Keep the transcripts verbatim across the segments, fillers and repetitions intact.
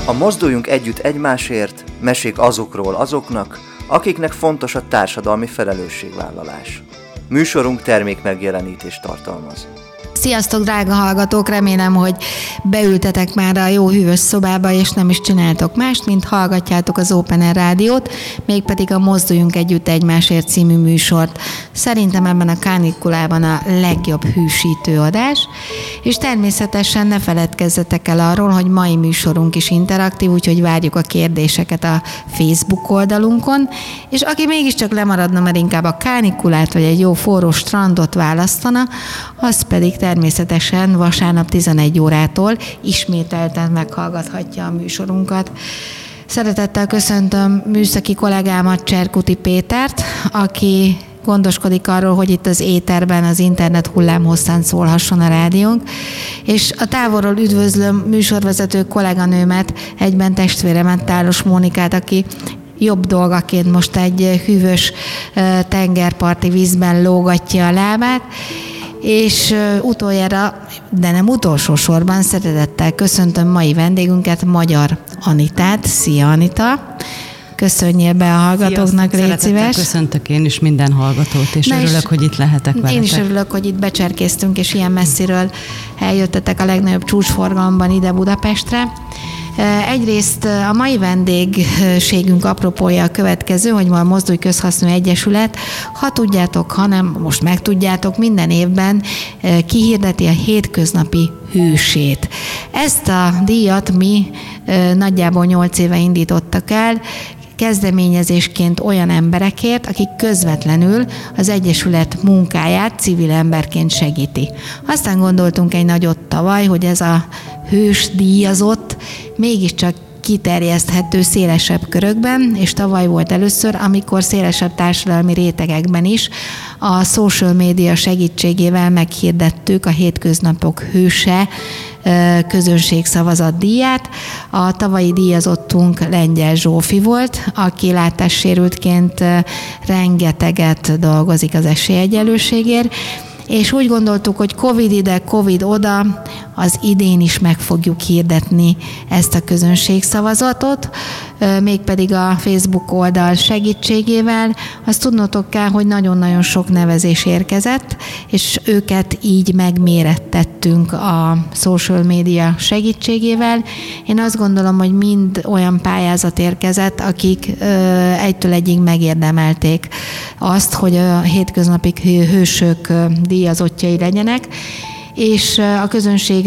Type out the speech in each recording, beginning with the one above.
A Mozduljunk Együtt Egymásért, mesék azokról azoknak, akiknek fontos a társadalmi felelősségvállalás. Műsorunk termékmegjelenítést tartalmaz. Sziasztok, drága hallgatók! Remélem, hogy beültetek már a jó hűvös szobába, és nem is csináltok mást, mint hallgatjátok az Open Air rádiót, mégpedig a Mozduljunk Együtt Egymásért című műsort. Szerintem ebben a kánikulában a legjobb hűsítő adás, és természetesen ne feledkezzetek el arról, hogy mai műsorunk is interaktív, úgyhogy várjuk a kérdéseket a Facebook oldalunkon, és aki mégiscsak lemaradna, mert inkább a kánikulát vagy egy jó forró strandot választana, az pedig természetesen vasárnap tizenegy órától ismételten meghallgathatja a műsorunkat. Szeretettel köszöntöm műszaki kollégámat, Cserkuti Pétert, aki gondoskodik arról, hogy itt az éterben az internet hullámhosszán szólhasson a rádiónk, és a távolról üdvözlöm műsorvezető kolléganőmet, egyben testvéremet, Tálos Mónikát, aki jobb dolgaként most egy hűvös tengerparti vízben lógatja a lábát, és utoljára, de nem utolsó sorban szeretettel köszöntöm mai vendégünket, Magyar Anitát. Szia, Anita! Köszönjél be a hallgatóknak, légy szíves. Köszöntök én is minden hallgatót, és Na örülök, és hogy itt lehetek veletek. Én is örülök, hogy itt becserkéztünk, és ilyen messziről eljöttetek a legnagyobb csúcsforgalomban ide Budapestre. Egyrészt a mai vendégségünk apropója a következő, hogy ma a Mozdulj Közhasznú Egyesület, ha tudjátok, ha nem, most megtudjátok, minden évben kihirdeti a hétköznapi hősét. Ezt a díjat mi nagyjából nyolc éve indítottak el, kezdeményezésként olyan emberekért, akik közvetlenül az Egyesület munkáját civil emberként segíti. Aztán gondoltunk egy nagyot tavaly, hogy ez a hős díjazott mégiscsak kiterjeszthető szélesebb körökben, és tavaly volt először, amikor szélesebb társadalmi rétegekben is a social media segítségével meghirdettük a Hétköznapok Hőse közönségszavazat díját. A tavalyi díjazottunk Lengyel Zsófi volt, aki látássérültként rengeteget dolgozik az esélyegyenlőségért, és úgy gondoltuk, hogy Covid ide, Covid oda, az idén is meg fogjuk hirdetni ezt a közönségszavazatot, mégpedig a Facebook oldal segítségével. Azt tudnotok kell, hogy nagyon-nagyon sok nevezés érkezett, és őket így megmérettettünk a social media segítségével. Én azt gondolom, hogy mind olyan pályázat érkezett, akik egytől egyig megérdemelték azt, hogy a hétköznapi hősök díjazottjai legyenek, és a közönség,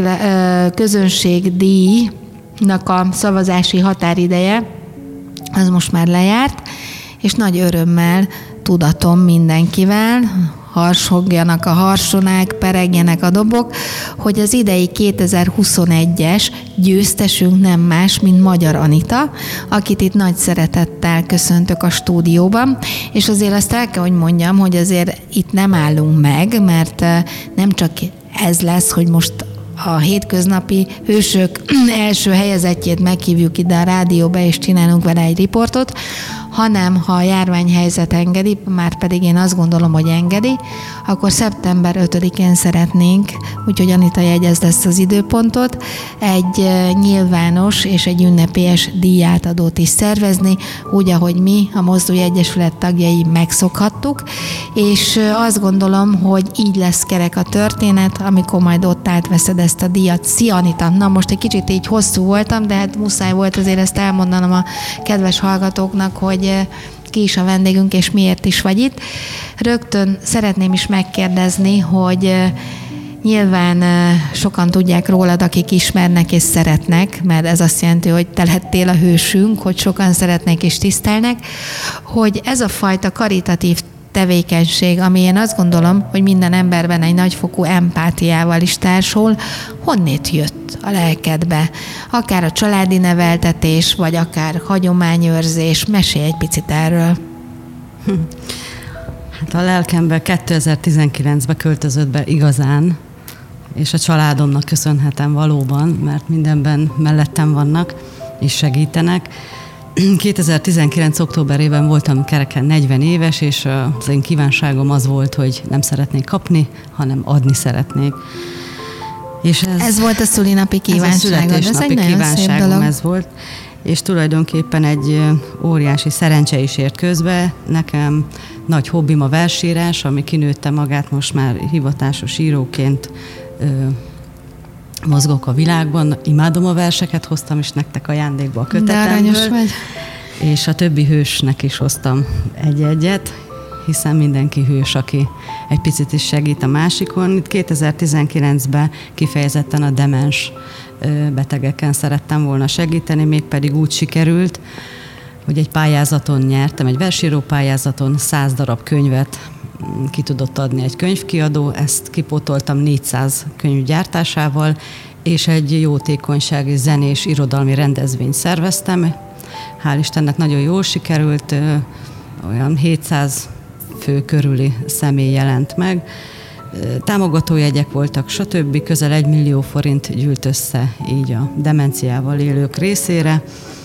közönségdíjnak a szavazási határideje az most már lejárt, és nagy örömmel tudatom mindenkivel, harsogjanak a harsonák, peregjenek a dobok, hogy az idei kétezer-huszonegyes győztesünk nem más, mint Magyar Anita, akit itt nagy szeretettel köszöntök a stúdióban, és azért azt el kell, hogy mondjam, hogy azért itt nem állunk meg, mert nem csak ez lesz, hogy most a hétköznapi hősök első helyezettjét meghívjuk ide a rádióba, és csinálunk vele egy riportot, hanem ha a járványhelyzet engedi, már pedig én azt gondolom, hogy engedi, akkor szeptember ötödikén szeretnénk, úgyhogy Anita jegyezd ezt az időpontot, egy nyilvános és egy ünnepélyes díjátadót is szervezni, úgy, ahogy mi, a Mozdulj Egyesület tagjai megszokhattuk, és azt gondolom, hogy így lesz kerek a történet, amikor majd ott átveszed ezt a díjat. Szia, Anita! Na, most egy kicsit így hosszú voltam, de hát muszáj volt azért ezt elmondanom a kedves hallgatóknak, hogy ki is a vendégünk, és miért is vagy itt. Rögtön szeretném is megkérdezni, hogy nyilván sokan tudják rólad, akik ismernek és szeretnek, mert ez azt jelenti, hogy te lettél a hősünk, hogy sokan szeretnek és tisztelnek, hogy ez a fajta karitatív tevékenység, ami én azt gondolom, hogy minden emberben egy nagyfokú empátiával is társul, honnét jött a lelkedbe? Akár a családi neveltetés, vagy akár hagyományőrzés. Mesélj egy picit erről. Hm. Hát a lelkembe kétezer-tizenkilencben költözött be igazán, és a családomnak köszönhetem valóban, mert mindenben mellettem vannak, és segítenek. kétezer-tizenkilenc októberében voltam kereken negyven éves, és az én kívánságom az volt, hogy nem szeretnék kapni, hanem adni szeretnék. És ez, ez volt a szülinapi kívánságod. Ez a születésnapi kívánságom ez volt. És tulajdonképpen egy óriási szerencse is ért közbe. Nekem nagy hobbim a versírás, ami kinőtte magát, most már hivatásos íróként ö, mozgok a világban. Imádom a verseket, hoztam is nektek ajándékba a kötetemből. vagy. És a többi hősnek is hoztam egy-egyet, hiszen mindenki hős, aki egy picit is segít a másikon. Itt kétezer-tizenkilencben kifejezetten a demens betegeken szerettem volna segíteni, mégpedig úgy sikerült, hogy egy pályázaton nyertem, egy versíró pályázaton száz darab könyvet ki tudott adni egy könyvkiadó, ezt kipótoltam négyszáz könyv gyártásával, és egy jótékonysági zenés irodalmi rendezvényt szerveztem. Hál' Istennek nagyon jól sikerült, olyan hétszáz fő körüli személy jelent meg. Támogatójegyek voltak, stb. Közel egy millió forint gyűlt össze így a demenciával élők részére.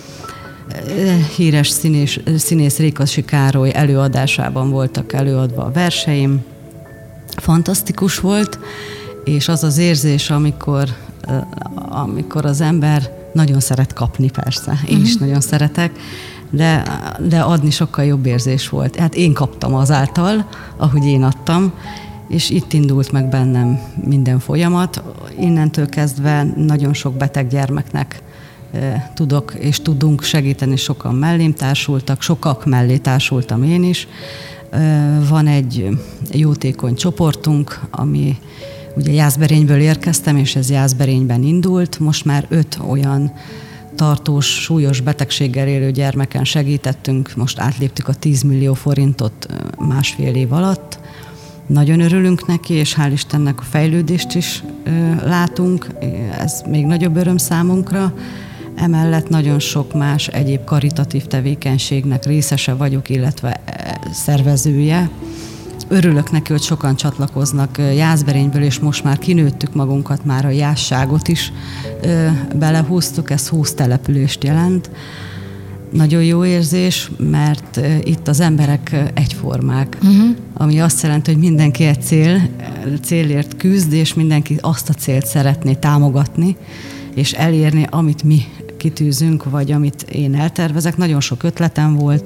Híres színés, színész Rékasi Károly előadásában voltak előadva a verseim. Fantasztikus volt, és az az érzés, amikor, amikor az ember nagyon szeret kapni, persze, én uh-huh. is nagyon szeretek, de, de adni sokkal jobb érzés volt. Hát én kaptam azáltal, ahogy én adtam, és itt indult meg bennem minden folyamat. Innentől kezdve nagyon sok beteg gyermeknek e, tudok és tudunk segíteni, sokan mellém társultak, sokak mellé társultam én is. E, van egy jótékony csoportunk, ami ugye Jászberényből érkeztem, és ez Jászberényben indult. Most már öt olyan tartós, súlyos betegséggel élő gyermeken segítettünk, most átléptük a tíz millió forintot másfél év alatt. Nagyon örülünk neki, és hál' Istennek a fejlődést is ö, látunk, ez még nagyobb öröm számunkra. Emellett nagyon sok más egyéb karitatív tevékenységnek részese vagyok, illetve szervezője. Örülök neki, hogy sokan csatlakoznak Jászberényből, és most már kinőttük magunkat, már a jászságot is ö, belehúztuk, ez húsz települést jelent. Nagyon jó érzés, mert itt az emberek egyformák, uh-huh. ami azt jelenti, hogy mindenki egy cél, célért küzd, és mindenki azt a célt szeretné támogatni, és elérni, amit mi kitűzünk, vagy amit én eltervezek. Nagyon sok ötletem volt.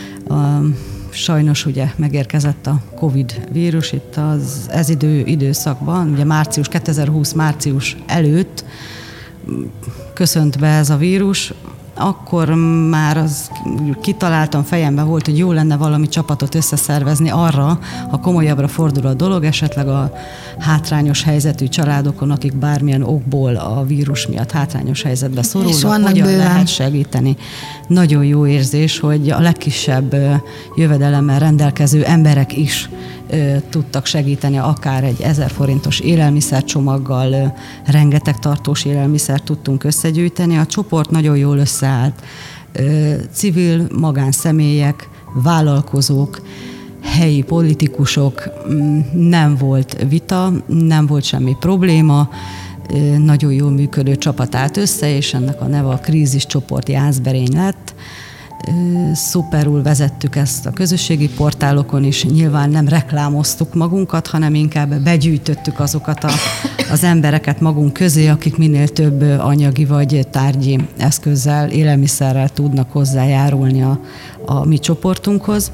Sajnos ugye megérkezett a Covid vírus itt az ez idő időszakban, ugye március, kétezer-húsz március előtt köszönt be ez a vírus. Akkor már az kitaláltam, fejemben volt, hogy jó lenne valami csapatot összeszervezni arra, ha komolyabbra fordul a dolog, esetleg a hátrányos helyzetű családokon, akik bármilyen okból a vírus miatt hátrányos helyzetbe szorulnak, hogyan bőven. Lehet segíteni. Nagyon jó érzés, hogy a legkisebb jövedelemmel rendelkező emberek is tudtak segíteni, akár egy ezer forintos élelmiszercsomaggal, rengeteg tartós élelmiszert tudtunk összegyűjteni. A csoport nagyon jól összeállt. Civil, magánszemélyek, vállalkozók, helyi politikusok, nem volt vita, nem volt semmi probléma, nagyon jól működő csapat állt össze, és ennek a neve a Krízis Csoport Jászberény lett. Szuperul vezettük ezt a közösségi portálokon is, nyilván nem reklámoztuk magunkat, hanem inkább begyűjtöttük azokat a, az embereket magunk közé, akik minél több anyagi vagy tárgyi eszközzel, élelmiszerrel tudnak hozzájárulni a, a mi csoportunkhoz.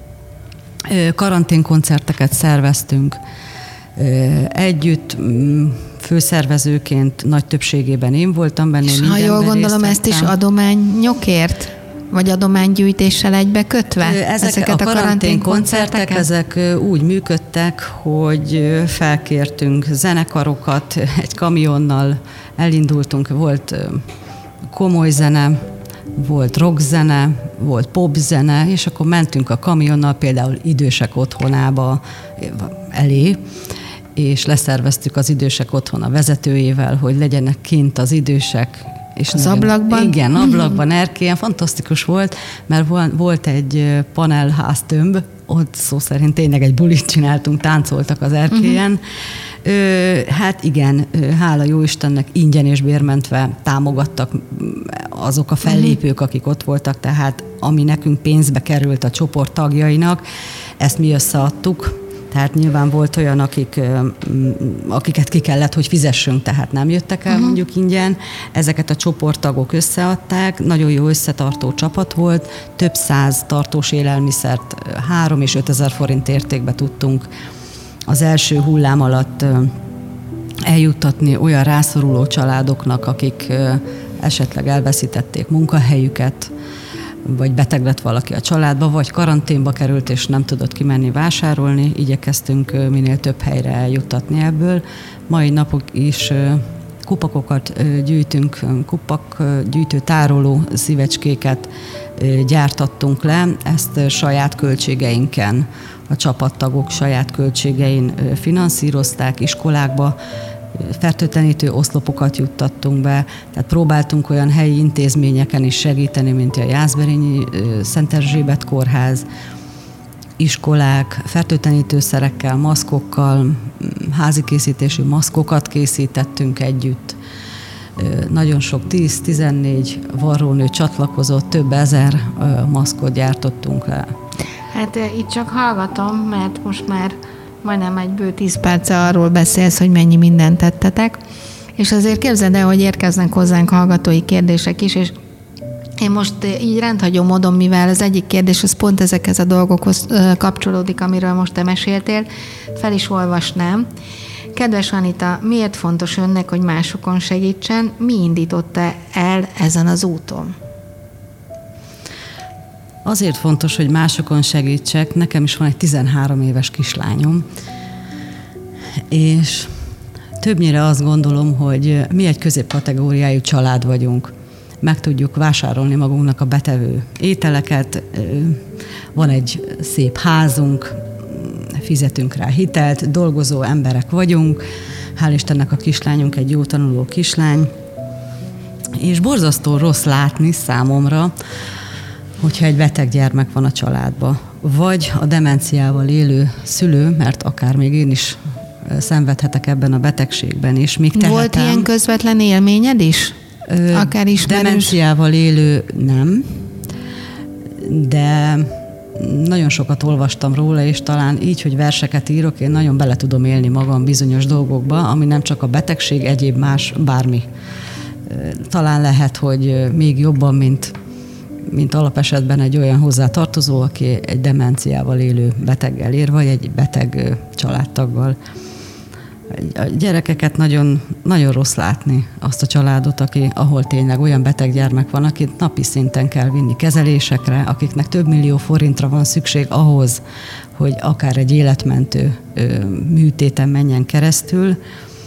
Karanténkoncerteket szerveztünk együtt, főszervezőként nagy többségében én voltam benne. És ha jól gondolom, ezt is adományokért? Vagy adománygyűjtéssel egybe kötve? Ezek, Ezeket a, a karanténkoncertek, ezek úgy működtek, hogy felkértünk zenekarokat, egy kamionnal elindultunk, volt komoly zene, volt rockzene, volt popzene, és akkor mentünk a kamionnal például idősek otthonába elé, és leszerveztük az idősek otthona vezetőjével, hogy legyenek kint az idősek, és az nagyon, ablakban? Igen, ablakban, erkélyen. Fantasztikus volt, mert volt egy panelháztömb, ott szó szerint tényleg egy bulit csináltunk, táncoltak az erkélyen. Uh-huh. Ö, hát igen, hála jó Istennek, ingyen és bérmentve támogattak azok a fellépők, akik ott voltak, tehát ami nekünk pénzbe került a csoport tagjainak, ezt mi összeadtuk. Tehát nyilván volt olyan, akik, akiket ki kellett, hogy fizessünk, tehát nem jöttek el uh-huh. mondjuk ingyen. Ezeket a csoporttagok összeadták, nagyon jó összetartó csapat volt, több száz tartós élelmiszert három és ötezer forint értékbe tudtunk az első hullám alatt eljuttatni olyan rászoruló családoknak, akik esetleg elveszítették munkahelyüket, vagy beteg lett valaki a családba, vagy karanténba került, és nem tudott kimenni vásárolni. Igyekeztünk minél több helyre eljuttatni ebből. Mai napok is kupakokat gyűjtünk, kupak gyűjtő tároló szívecskéket gyártattunk le, ezt saját költségeinken, a csapattagok saját költségein finanszírozták, iskolákba fertőtlenítő oszlopokat juttattunk be, tehát próbáltunk olyan helyi intézményeken is segíteni, mint a Jászberényi Szent Erzsébet kórház, iskolák, fertőtlenítőszerekkel, maszkokkal, házi készítésű maszkokat készítettünk együtt. Nagyon sok tíz-tizennégy varrónő csatlakozott, több ezer maszkot gyártottunk le. Hát itt csak hallgatom, mert most már majdnem egy bő tíz perce arról beszélsz, hogy mennyi mindent tettetek, és azért képzeld el, hogy érkeznek hozzánk hallgatói kérdések is, és én most így rendhagyó módon, mivel az egyik kérdés az pont ezekhez a dolgokhoz kapcsolódik, amiről most te meséltél, fel is olvasnám. Kedves Anita, miért fontos önnek, hogy másokon segítsen? Mi indította el ezen az úton? Azért fontos, hogy másokon segítsek. Nekem is van egy tizenhárom éves kislányom, és többnyire azt gondolom, hogy mi egy középkategóriájú család vagyunk. Meg tudjuk vásárolni magunknak a betevő ételeket, van egy szép házunk, fizetünk rá hitelt, dolgozó emberek vagyunk, hál' Istennek a kislányunk egy jó tanuló kislány, és borzasztó rossz látni számomra, hogyha egy beteg gyermek van a családban, vagy a demenciával élő szülő, mert akár még én is szenvedhetek ebben a betegségben is. Még tehetem. Volt ilyen közvetlen élményed is? Akár ismerős? Demenciával élő nem, de nagyon sokat olvastam róla, és talán így, hogy verseket írok, én nagyon bele tudom élni magam bizonyos dolgokba, ami nem csak a betegség, egyéb más, bármi. Talán lehet, hogy még jobban, mint mint alapesetben egy olyan hozzátartozó, aki egy demenciával élő beteggel ér, vagy egy beteg családtaggal. A gyerekeket nagyon, nagyon rossz látni, azt a családot, aki, ahol tényleg olyan beteg gyermek van, akit napi szinten kell vinni kezelésekre, akiknek több millió forintra van szükség ahhoz, hogy akár egy életmentő műtéten menjen keresztül.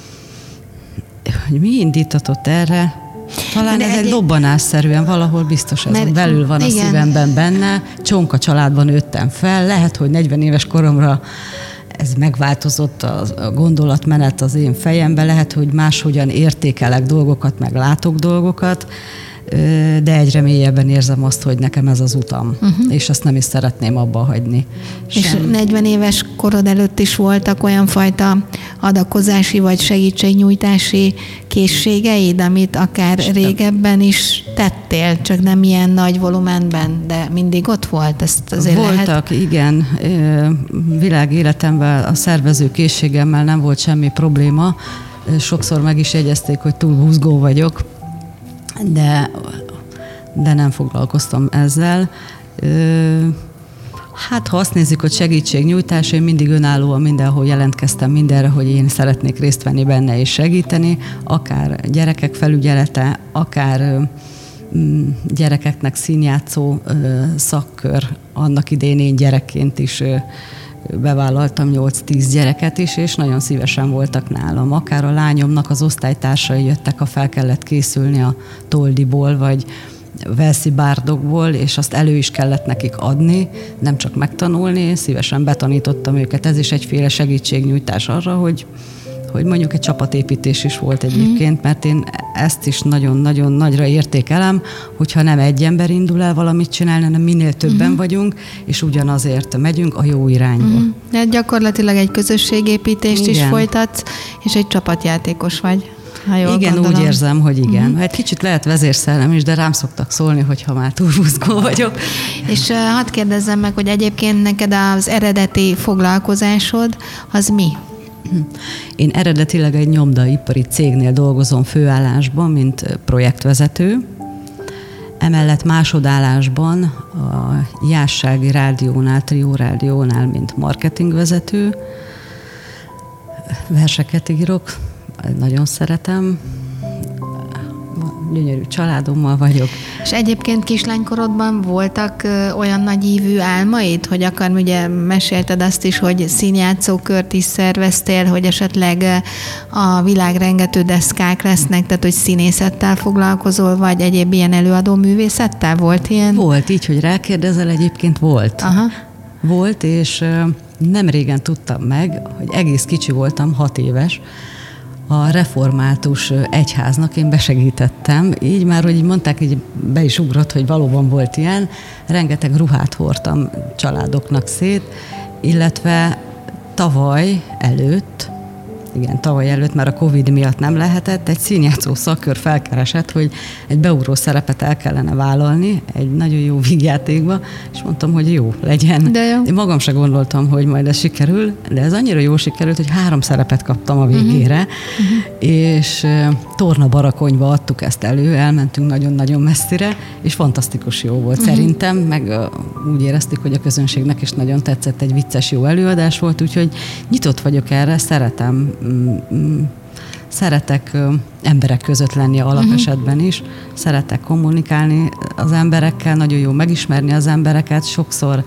Hogy mi indítatott erre? Talán de ez egy, egy lobbanásszerűen valahol biztos ez mert, belül van igen. a szívemben benne. Csonka családban nőttem fel, lehet, hogy negyven éves koromra ez megváltozott a gondolatmenet az én fejemben, lehet, hogy máshogyan értékelek dolgokat, meg látok dolgokat, de egyre mélyebben érzem azt, hogy nekem ez az utam, uh-huh. és azt nem is szeretném abba hagyni. És sem. negyven éves korod előtt is voltak olyan fajta adakozási vagy segítségnyújtási készségeid, amit akár Isten. régebben is tettél, csak nem ilyen nagy volumenben, de mindig ott volt? Ezt azért Voltak, lehet... igen. Világéletemben a szervező készségemmel nem volt semmi probléma. Sokszor meg is jegyezték, hogy túl húzgó vagyok, de, de nem foglalkoztam ezzel. Hát, ha azt nézzük, hogy segítségnyújtás, én mindig önállóan mindenhol jelentkeztem mindenre, hogy én szeretnék részt venni benne és segíteni, akár gyerekek felügyelete, akár gyerekeknek színjátszó szakkör. Annak idején én gyerekként is bevállaltam nyolc-tíz gyereket is, és nagyon szívesen voltak nálam. Akár a lányomnak az osztálytársai jöttek, ha fel kellett készülni a toldiból, vagy velszi bárdokból, és azt elő is kellett nekik adni, nem csak megtanulni, szívesen betanítottam őket. Ez is egyféle segítségnyújtás arra, hogy, hogy mondjuk egy csapatépítés is volt egyébként, mert én ezt is nagyon-nagyon nagyra értékelem, hogyha nem egy ember indul el valamit csinálni, hanem minél többen uh-huh. vagyunk, és ugyanazért megyünk a jó irányba. Uh-huh. De gyakorlatilag egy közösségépítést Igen. is folytatsz, és egy csapatjátékos vagy. ha jól Igen, gondolom. úgy érzem, hogy igen. Uh-huh. Hát kicsit lehet vezérszellem is, de rám szoktak szólni, hogyha már túlbuzgó vagyok. És uh, hadd kérdezzem meg, hogy egyébként neked az eredeti foglalkozásod az mi? Én eredetileg egy nyomdaipari cégnél dolgozom főállásban, mint projektvezető. Emellett másodállásban a Jássági Rádiónál, Trió Rádiónál, mint marketingvezető. Verseket írok, nagyon szeretem. Gyönyörű családommal vagyok. És egyébként kislánykorodban voltak ö, olyan nagy ívű álmaid, hogy akár ugye mesélted azt is, hogy színjátszókört is szerveztél, hogy esetleg a világ rengető deszkák lesznek, tehát hogy színészettel foglalkozol, vagy egyéb ilyen előadó művészettel? Volt ilyen? Volt, így, hogy rákérdezel, egyébként volt. Aha. Volt, és nem régen tudtam meg, hogy egész kicsi voltam, hat éves, a református egyháznak én besegítettem, így már, hogy így mondták, így be is ugrott, hogy valóban volt ilyen, rengeteg ruhát hordtam családoknak szét, illetve tavaly előtt, igen, tavaly előtt, mert a Covid miatt nem lehetett, egy színjátszó szakkör felkeresett, hogy egy beugró szerepet el kellene vállalni egy nagyon jó vígjátékba, és mondtam, hogy jó, legyen. De jó. Én magam se gondoltam, hogy majd ez sikerül, de ez annyira jól sikerült, hogy három szerepet kaptam a végére, uh-huh. és Torna Barakonyba adtuk ezt elő, elmentünk nagyon-nagyon messzire, és fantasztikus jó volt uh-huh. szerintem, meg úgy éreztük, hogy a közönségnek is nagyon tetszett, egy vicces jó előadás volt, úgyhogy nyitott vagyok erre, szeretem Szeretek emberek között lenni alapesetben is, szeretek kommunikálni az emberekkel, nagyon jó megismerni az embereket, sokszor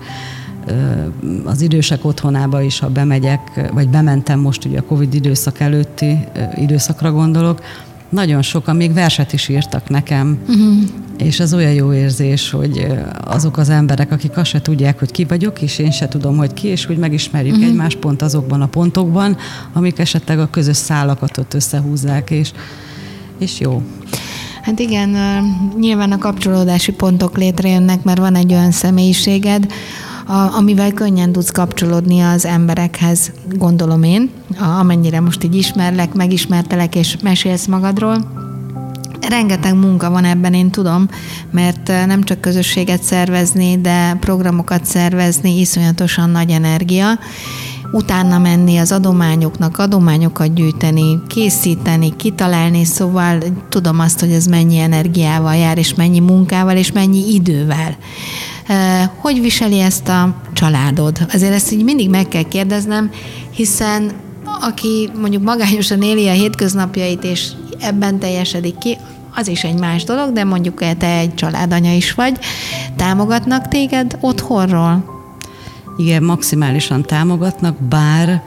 az idősek otthonába is, ha bemegyek, vagy bementem most ugye a Covid időszak előtti időszakra gondolok, nagyon sokan még verset is írtak nekem, uh-huh. és az olyan jó érzés, hogy azok az emberek, akik azt se tudják, hogy ki vagyok, és én se tudom, hogy ki, és hogy megismerjük uh-huh. egymást pont azokban a pontokban, amik esetleg a közös szálakat ott összehúzzák, és, és jó. Hát igen, nyilván a kapcsolódási pontok létrejönnek, mert van egy olyan személyiséged, A, amivel könnyen tudsz kapcsolódni az emberekhez, gondolom én, amennyire most így ismerlek, megismertelek és mesélsz magadról. Rengeteg munka van ebben, én tudom, mert nem csak közösséget szervezni, de programokat szervezni iszonyatosan nagy energia. Utána menni az adományoknak, adományokat gyűjteni, készíteni, kitalálni, szóval tudom azt, hogy ez mennyi energiával jár, és mennyi munkával, és mennyi idővel. Hogy viseli ezt a családod? Azért ezt így mindig meg kell kérdeznem, hiszen aki mondjuk magányosan éli a hétköznapjait, és ebben teljesedik ki, az is egy más dolog, de mondjuk te egy családanya is vagy. Támogatnak téged otthonról? Igen, maximálisan támogatnak, bár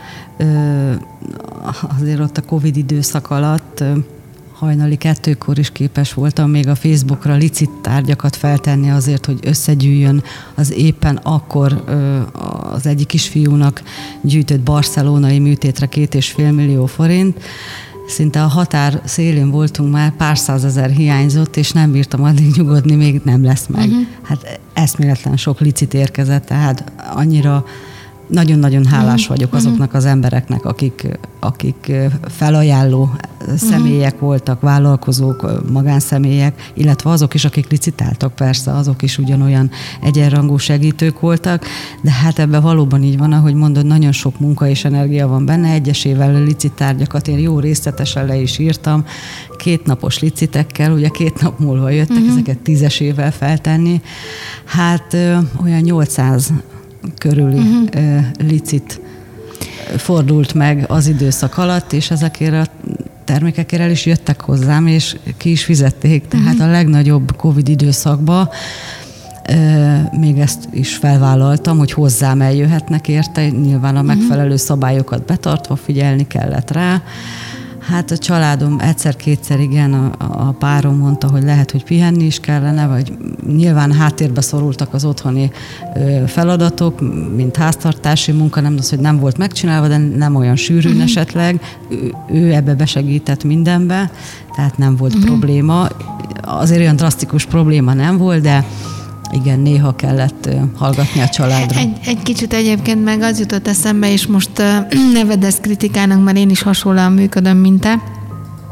azért ott a Covid időszak alatt hajnali kettőkor is képes voltam még a Facebookra licit tárgyakat feltenni azért, hogy összegyűjjön az éppen akkor az egyik kisfiúnak gyűjtött barcelonai műtétre két és fél millió forint. Szinte a határ szélén voltunk már, pár százezer hiányzott, és nem bírtam addig nyugodni, még nem lesz meg. Uh-huh. Hát eszméletlen sok licit érkezett, tehát annyira nagyon-nagyon hálás uh-huh. vagyok azoknak az embereknek, akik, akik felajánló személyek uh-huh. voltak, vállalkozók, magánszemélyek, illetve azok is, akik licitáltak, persze, azok is ugyanolyan egyenrangú segítők voltak, de hát ebben valóban így van, ahogy mondod, nagyon sok munka és energia van benne, egyesével licitárgyakat én jó részletesen le is írtam, kétnapos licitekkel, ugye két nap múlva jöttek, uh-huh. ezeket tízesével feltenni, hát ö, olyan nyolcszáz körüli uh-huh. licit fordult meg az időszak alatt, és ezekért a termékekért el is jöttek hozzám, és ki is fizették. Tehát uh-huh. a legnagyobb Covid időszakban még ezt is felvállaltam, hogy hozzám eljöhetnek érte, nyilván a megfelelő szabályokat betartva, figyelni kellett rá. Hát a családom egyszer-kétszer igen, a, a párom mondta, hogy lehet, hogy pihenni is kellene, vagy nyilván háttérbe szorultak az otthoni ö, feladatok, mint háztartási munka, nem az, hogy nem volt megcsinálva, de nem olyan sűrűn uh-huh. esetleg. Ő, ő ebbe besegített mindenbe, tehát nem volt uh-huh. probléma. Azért olyan drasztikus probléma nem volt, de igen, néha kellett uh, hallgatni a családra. Egy, egy kicsit egyébként meg az jutott eszembe, és most uh, ne vedd ezt kritikának, mert én is hasonlóan működöm, mint te,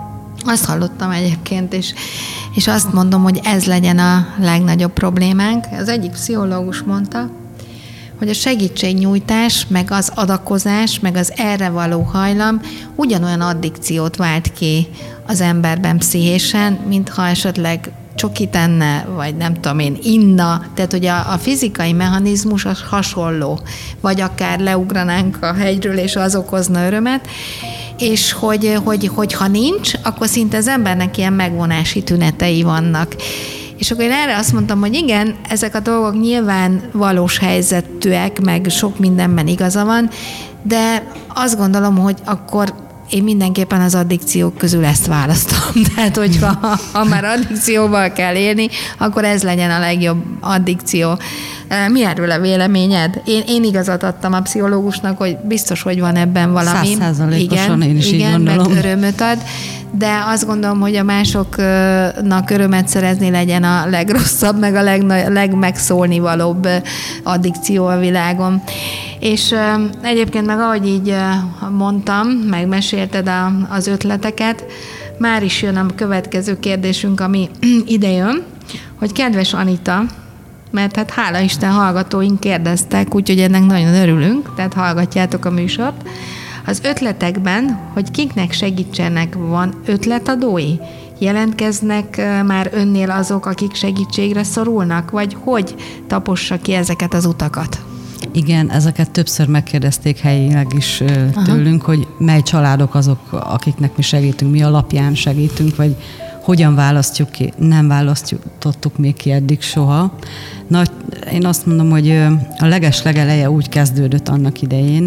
Azt hallottam egyébként, és, és azt mondom, hogy ez legyen a legnagyobb problémánk. Az egyik pszichológus mondta, hogy a segítségnyújtás, meg az adakozás, meg az erre való hajlam ugyanolyan addikciót vált ki az emberben pszichésen, mintha esetleg csokit enne, vagy nem tudom én, inna, tehát hogy a, a fizikai mechanizmus az hasonló, vagy akár leugranánk a hegyről, és az okozna örömet, és hogy, hogy, hogy ha nincs, akkor szinte az embernek ilyen megvonási tünetei vannak. És akkor én erre azt mondtam, hogy igen, ezek a dolgok nyilván valós helyzetűek, meg sok mindenben igaza van, de azt gondolom, hogy akkor én mindenképpen az addikciók közül ezt választom. Tehát, hogyha ha már addikcióval kell élni, akkor ez legyen a legjobb addikció. Mi erről a véleményed? Én, én igazat adtam a pszichológusnak, hogy biztos, hogy van ebben valami. Száz százalékosan, igen, én is igen, így gondolom. mert örömöt ad, de azt gondolom, hogy a másoknak örömet szerezni legyen a legrosszabb, meg a legna- legmegszólni valóbb addikció a világon. És egyébként meg ahogy így mondtam, megmesélted a, az ötleteket, már is jön a következő kérdésünk, ami ide jön, hogy kedves Anita, mert hát hála Isten hallgatóink kérdeztek, úgyhogy ennek nagyon örülünk, tehát hallgatjátok a műsort. Az ötletekben, hogy kiknek segítsenek, van ötletadói? Jelentkeznek már önnél azok, akik segítségre szorulnak, vagy hogy tapossa ki ezeket az utakat? Igen, ezeket többször megkérdezték helyileg is tőlünk, Aha. hogy mely családok azok, akiknek mi segítünk, mi alapján segítünk, vagy hogyan választjuk ki. Nem választottuk még ki eddig soha. Na, én azt mondom, hogy a leges-legeleje úgy kezdődött annak idején,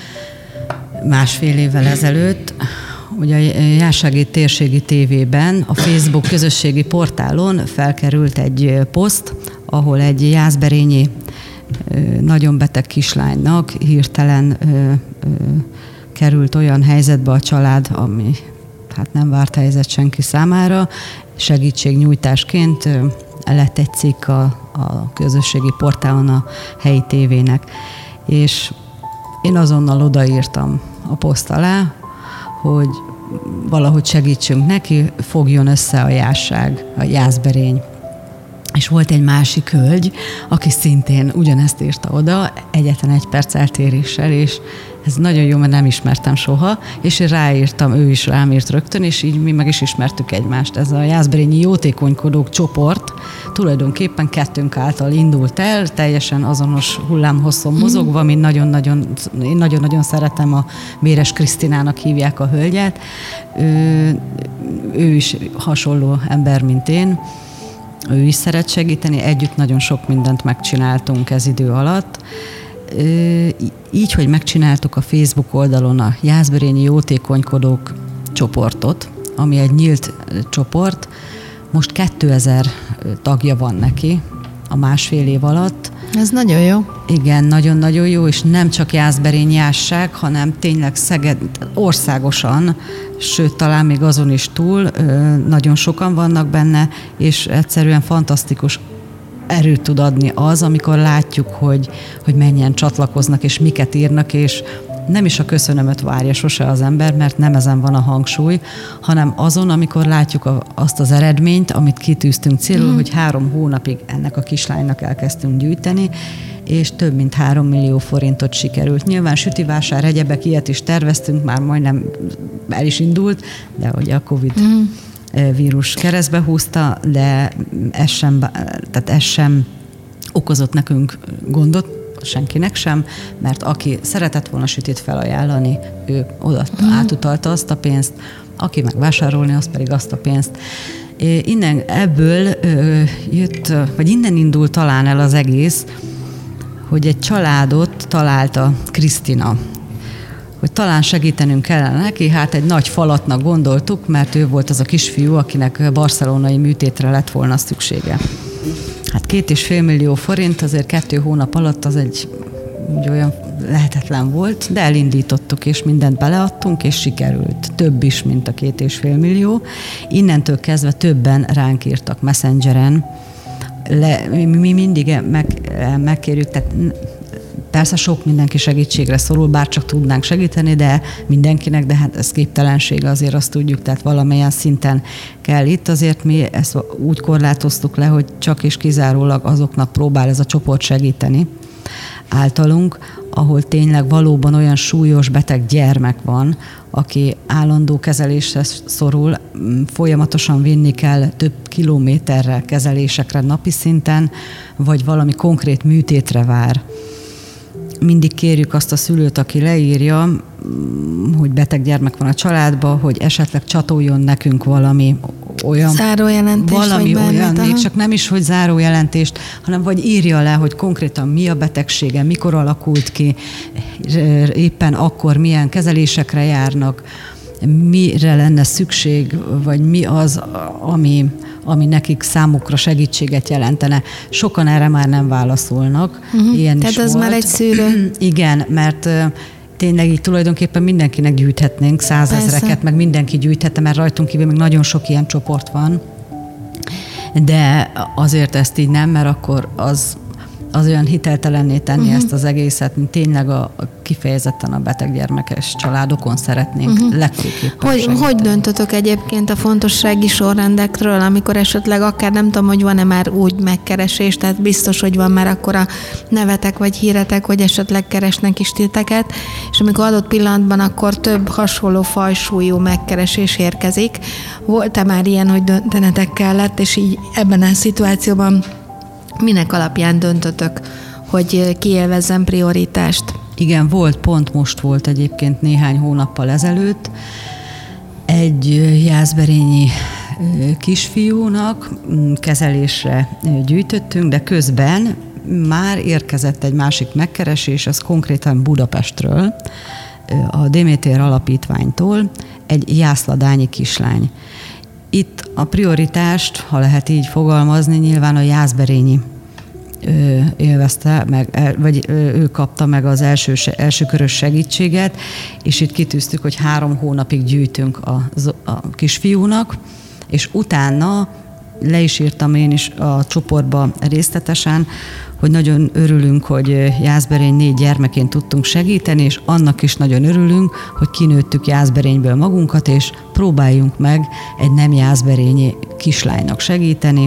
másfél évvel ezelőtt, hogy a Jászsági Térségi tévében, a Facebook közösségi portálon felkerült egy poszt, ahol egy jászberényi nagyon beteg kislánynak hirtelen ö, ö, került olyan helyzetbe a család, ami hát nem várt helyzet senki számára. Segítségnyújtásként ö, lett egy cikk a, a közösségi portálon a helyi tévének. És én azonnal odaírtam a poszt alá, hogy valahogy segítsünk neki, fogjon össze a Jászság, a jászberény. És volt egy másik hölgy, aki szintén ugyanezt írta oda, egyetlen egy perc eltéréssel, és ez nagyon jó, mert nem ismertem soha, és én ráírtam, ő is rám írt rögtön, és így mi meg is ismertük egymást. Ez a jászberényi jótékonykodók csoport tulajdonképpen kettőnk által indult el, teljesen azonos hullámhosszon mozogva, mint nagyon-nagyon, én nagyon-nagyon szeretem, a Méres Krisztinának hívják a hölgyet. Ő, ő is hasonló ember, mint én. Ő is szeret segíteni, együtt nagyon sok mindent megcsináltunk ez idő alatt. Így, hogy megcsináltuk a Facebook oldalon a Jászberényi Jótékonykodók csoportot, ami egy nyílt csoport, most kétezer tagja van neki a másfél év alatt. Ez nagyon jó. Igen, nagyon-nagyon jó, és nem csak Jászberény Jászság, hanem tényleg Szeged országosan, sőt, talán még azon is túl, nagyon sokan vannak benne, és egyszerűen fantasztikus erőt tud adni az, amikor látjuk, hogy, hogy mennyien csatlakoznak, és miket írnak, és nem is a köszönömöt várja sose az ember, mert nem ezen van a hangsúly, hanem azon, amikor látjuk a, azt az eredményt, amit kitűztünk célul, mm. hogy három hónapig ennek a kislánynak elkezdtünk gyűjteni, és több mint három millió forintot sikerült. Nyilván sütivásár, egyebek, ilyet is terveztünk, már majdnem el is indult, de hogy a Covid mm. vírus keresztbe húzta, de ez sem, tehát ez sem okozott nekünk gondot, senkinek sem, mert aki szeretett volna sütit felajánlani, ő oda mm. átutalta azt a pénzt, aki meg vásárolni, az pedig azt a pénzt. Innen ebből jött, vagy innen indult talán el az egész, hogy egy családot találta Krisztina, hogy talán segítenünk kellene neki, hát egy nagy falatnak gondoltuk, mert ő volt az a kisfiú, akinek barcelonai műtétre lett volna szüksége. Hát két és fél millió forint azért kettő hónap alatt az egy olyan lehetetlen volt, de elindítottuk, és mindent beleadtunk, és sikerült. Több is, mint a két és fél millió. Innentől kezdve többen ránk írtak Messengeren. Le, mi mindig meg, megkérjük, tehát Persze sok mindenki segítségre szorul, bár csak tudnánk segíteni, de mindenkinek, de hát ez képtelenség, azért azt tudjuk, tehát valamilyen szinten kell. Itt azért mi ezt úgy korlátoztuk le, hogy csak és kizárólag azoknak próbál ez a csoport segíteni általunk, ahol tényleg valóban olyan súlyos beteg gyermek van, aki állandó kezelésre szorul, folyamatosan vinni kell több kilométerre kezelésekre napi szinten, vagy valami konkrét műtétre vár. Mindig kérjük azt a szülőt, aki leírja, hogy beteg gyermek van a családban, hogy esetleg csatoljon nekünk valami olyan... Zárójelentés, valami vagy olyan, bármit, még csak nem is, hogy zárójelentést, hanem vagy írja le, hogy konkrétan mi a betegsége, mikor alakult ki, éppen akkor milyen kezelésekre járnak, mire lenne szükség, vagy mi az, ami, ami nekik számukra segítséget jelentene. Sokan erre már nem válaszolnak. Uh-huh. Ilyen Tehát is az volt. már egy szűrő. Igen, mert tényleg így tulajdonképpen mindenkinek gyűjthetnénk, százezreket, Persze. meg mindenki gyűjthette, mert rajtunk kívül még nagyon sok ilyen csoport van. De azért ezt így nem, mert akkor az, az olyan hiteltelenné tenni uh-huh. ezt az egészet, mint tényleg a, a kifejezetten a beteggyermekes családokon szeretnénk uh-huh. legfőképpen hogy, hogy döntötök egyébként a fontossági sorrendekről, amikor esetleg akár nem tudom, hogy van-e már úgy megkeresés, tehát biztos, hogy van már akkor a nevetek vagy híretek, hogy esetleg keresnek is titeket, és amikor adott pillanatban akkor több hasonló fajsúlyú megkeresés érkezik. Volt-e már ilyen, hogy döntenetek kellett, és így ebben a szituációban minek alapján döntötök, hogy kiélvezzem prioritást? Igen, volt, pont most volt egyébként néhány hónappal ezelőtt. Egy jászberényi kisfiúnak kezelésre gyűjtöttünk, de közben már érkezett egy másik megkeresés, ez konkrétan Budapestről, a Démétér Alapítványtól, egy jászladányi kislány. Itt a prioritást, ha lehet így fogalmazni, nyilván a jászberényi élvezte, meg, vagy ő kapta meg az első, első körös segítséget, és itt kitűztük, hogy három hónapig gyűjtünk a, a kisfiúnak, és utána le is írtam én is a csoportba részletesen, hogy nagyon örülünk, hogy Jászberény négy gyermekén tudtunk segíteni, és annak is nagyon örülünk, hogy kinőttük Jászberényből magunkat, és próbáljunk meg egy nem jászberényi kislánynak segíteni,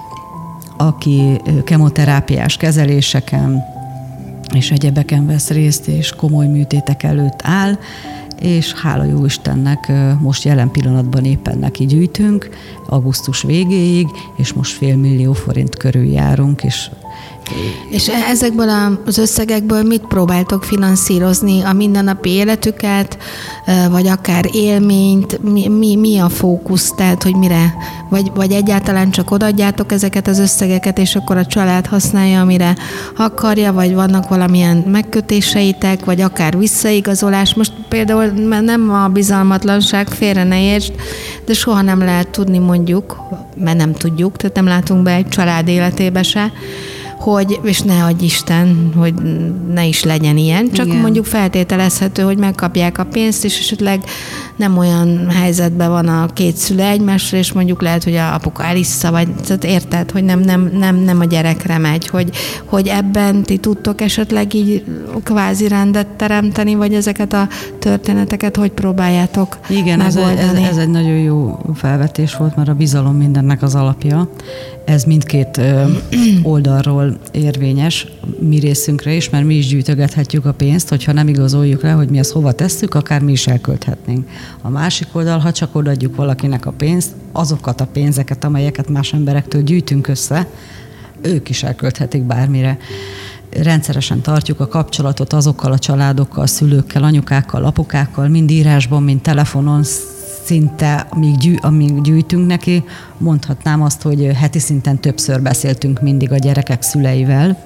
aki kemoterápiás kezeléseken és egyebeken vesz részt, és komoly műtétek előtt áll, és hála jó Istennek most jelen pillanatban éppen neki gyűjtünk, augusztus végéig, és most fél millió forint körül járunk, és És ezekből az összegekből mit próbáltok finanszírozni? A mindennapi életüket, vagy akár élményt? Mi, mi, mi a fókusz? Tehát, hogy mire? Vagy, vagy egyáltalán csak odaadjátok ezeket az összegeket, és akkor a család használja, amire akarja, vagy vannak valamilyen megkötéseitek, vagy akár visszaigazolás? Most például nem a bizalmatlanság, félre ne értsd, de soha nem lehet tudni, mondjuk, mert nem tudjuk, tehát nem látunk be egy család életébe se, hogy, és ne adj Isten, hogy ne is legyen ilyen, csak Igen. mondjuk feltételezhető, hogy megkapják a pénzt, és esetleg nem olyan helyzetben van a két szülő egymásra, és mondjuk lehet, hogy a apuka elissza, vagy tehát érted, hogy nem, nem, nem, nem a gyerekre megy, hogy, hogy ebben ti tudtok esetleg így kvázi rendet teremteni, vagy ezeket a történeteket hogy próbáljátok Igen, megoldani? Ez, ez, ez egy nagyon jó felvetés volt, mert a bizalom mindennek az alapja. Ez mindkét ö, oldalról érvényes, mi részünkre is, mert mi is gyűjtögethetjük a pénzt, hogyha nem igazoljuk le, hogy mi ezt hova tesszük, akár mi is elkölthetnénk. A másik oldal, ha csak odaadjuk valakinek a pénzt, azokat a pénzeket, amelyeket más emberektől gyűjtünk össze, ők is elkölthetik bármire. Rendszeresen tartjuk a kapcsolatot azokkal a családokkal, szülőkkel, anyukákkal, apukákkal, mind írásban, mind telefonon, szinte, amíg, gyű, amíg gyűjtünk neki, mondhatnám azt, hogy heti szinten többször beszéltünk mindig a gyerekek szüleivel.